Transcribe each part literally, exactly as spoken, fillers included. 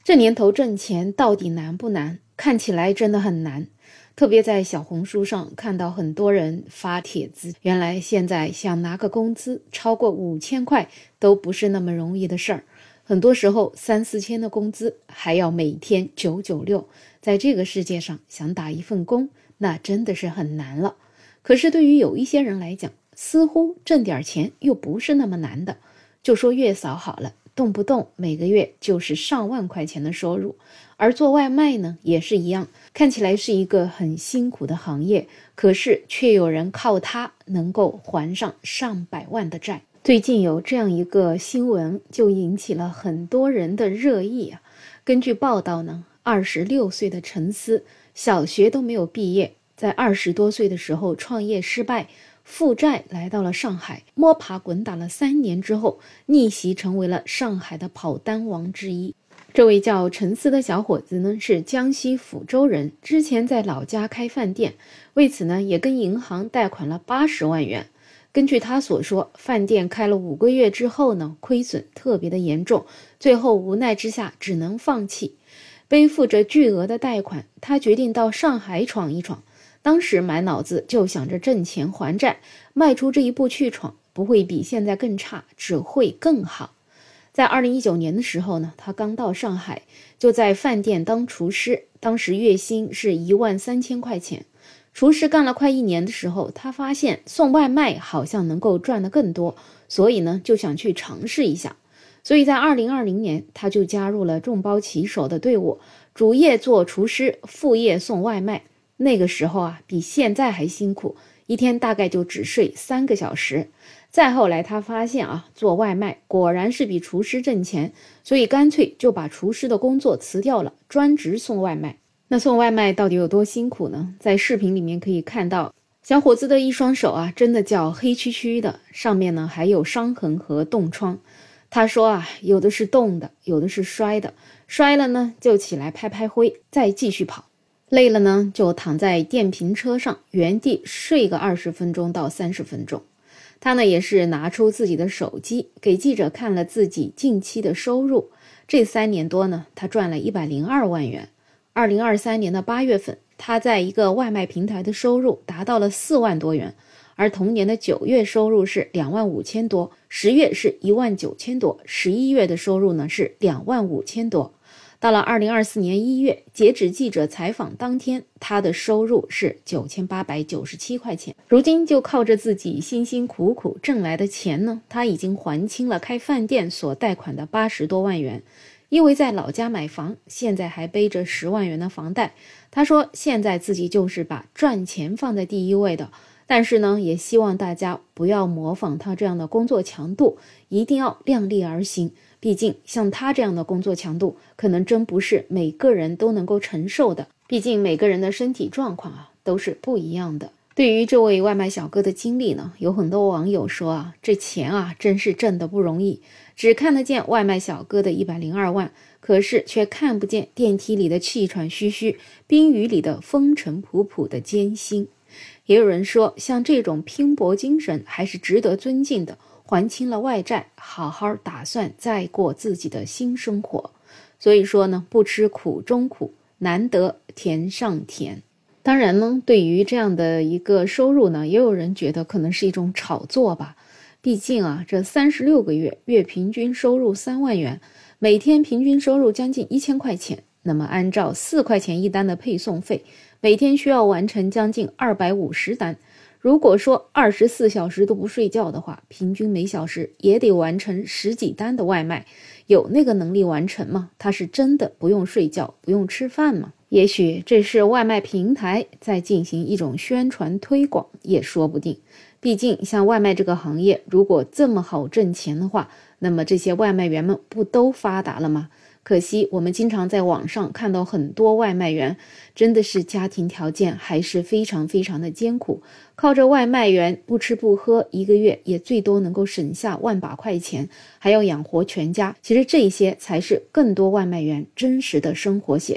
这年头挣钱到底难不难？看起来真的很难。特别在小红书上看到很多人发帖子，原来现在想拿个工资超过五千块都不是那么容易的事儿。很多时候三四千的工资还要每天九九六，在这个世界上想打一份工，那真的是很难了。可是对于有一些人来讲，似乎挣点钱又不是那么难的。就说月嫂好了，动不动每个月就是上万块钱的收入，而做外卖呢也是一样，看起来是一个很辛苦的行业，可是却有人靠它能够还上上百万的债。最近有这样一个新闻，就引起了很多人的热议啊。根据报道呢，二十六岁的陈思，小学都没有毕业，在二十多岁的时候创业失败，负债来到了上海，摸爬滚打了三年之后，逆袭成为了上海的跑单王之一。这位叫陈思的小伙子呢，是江西抚州人，之前在老家开饭店，为此呢也跟银行贷款了八十万元。根据他所说，饭店开了五个月之后呢，亏损特别的严重，最后无奈之下只能放弃。背负着巨额的贷款，他决定到上海闯一闯。当时满脑子就想着挣钱还债，迈出这一步去闯，不会比现在更差，只会更好。在二零一九年的时候呢，他刚到上海，就在饭店当厨师，当时月薪是一万三千块钱。厨师干了快一年的时候，他发现送外卖好像能够赚得更多，所以呢就想去尝试一下。所以在二零二零年，他就加入了众包骑手的队伍，主业做厨师，副业送外卖。那个时候啊，比现在还辛苦，一天大概就只睡三个小时。再后来他发现啊，做外卖果然是比厨师挣钱，所以干脆就把厨师的工作辞掉了，专职送外卖。那送外卖到底有多辛苦呢？在视频里面可以看到，小伙子的一双手啊，真的叫黑黢黢的，上面呢还有伤痕和冻疮。他说啊，有的是冻的，有的是摔的，摔了呢就起来拍拍灰，再继续跑。累了呢，就躺在电瓶车上原地睡个二十分钟到三十分钟。他呢也是拿出自己的手机，给记者看了自己近期的收入。这三年多呢，他赚了一百零二万元。二零二三年的八月份，他在一个外卖平台的收入达到了四万多元，而同年的九月收入是两万五千多，十月是一万九千多，十一月的收入呢是两万五千多。到了二零二四年一月，截止记者采访当天，他的收入是九千八百九十七块钱。如今就靠着自己辛辛苦苦挣来的钱呢，他已经还清了开饭店所贷款的八十多万元。因为在老家买房，现在还背着十万元的房贷。他说现在自己就是把赚钱放在第一位的，但是呢，也希望大家不要模仿他这样的工作强度，一定要量力而行。毕竟像他这样的工作强度，可能真不是每个人都能够承受的。毕竟每个人的身体状况啊，都是不一样的。对于这位外卖小哥的经历呢，有很多网友说啊，这钱啊真是挣得不容易，只看得见外卖小哥的一百零二万，可是却看不见电梯里的气喘吁吁，冰雨里的风尘仆仆的艰辛。也有人说，像这种拼搏精神还是值得尊敬的，还清了外债，好好打算再过自己的新生活。所以说呢，不吃苦中苦，难得甜上甜。当然呢，对于这样的一个收入呢，也有人觉得可能是一种炒作吧。毕竟啊，这三十六个月，月平均收入三万元，每天平均收入将近一千块钱。那么按照四块钱一单的配送费，每天需要完成将近二百五十单。如果说二十四小时都不睡觉的话，平均每小时也得完成十几单的外卖。有那个能力完成吗？他是真的不用睡觉，不用吃饭吗？也许这是外卖平台在进行一种宣传推广，也说不定。毕竟像外卖这个行业，如果这么好挣钱的话，那么这些外卖员们不都发达了吗？可惜我们经常在网上看到很多外卖员，真的是家庭条件还是非常非常的艰苦，靠着外卖员不吃不喝，一个月也最多能够省下万把块钱，还要养活全家。其实这些才是更多外卖员真实的生活写照。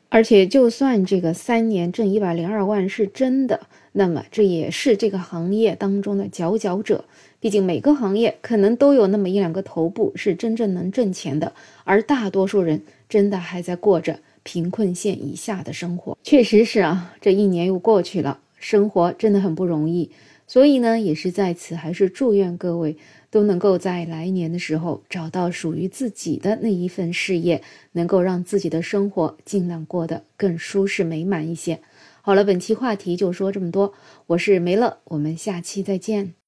而且就算这个三年挣一百零二万是真的，那么这也是这个行业当中的佼佼者。毕竟每个行业可能都有那么一两个头部是真正能挣钱的，而大多数人真的还在过着贫困线以下的生活。确实是啊，这一年又过去了，生活真的很不容易。所以呢，也是在此还是祝愿各位都能够在来年的时候找到属于自己的那一份事业，能够让自己的生活尽量过得更舒适美满一些。好了，本期话题就说这么多，我是梅乐，我们下期再见。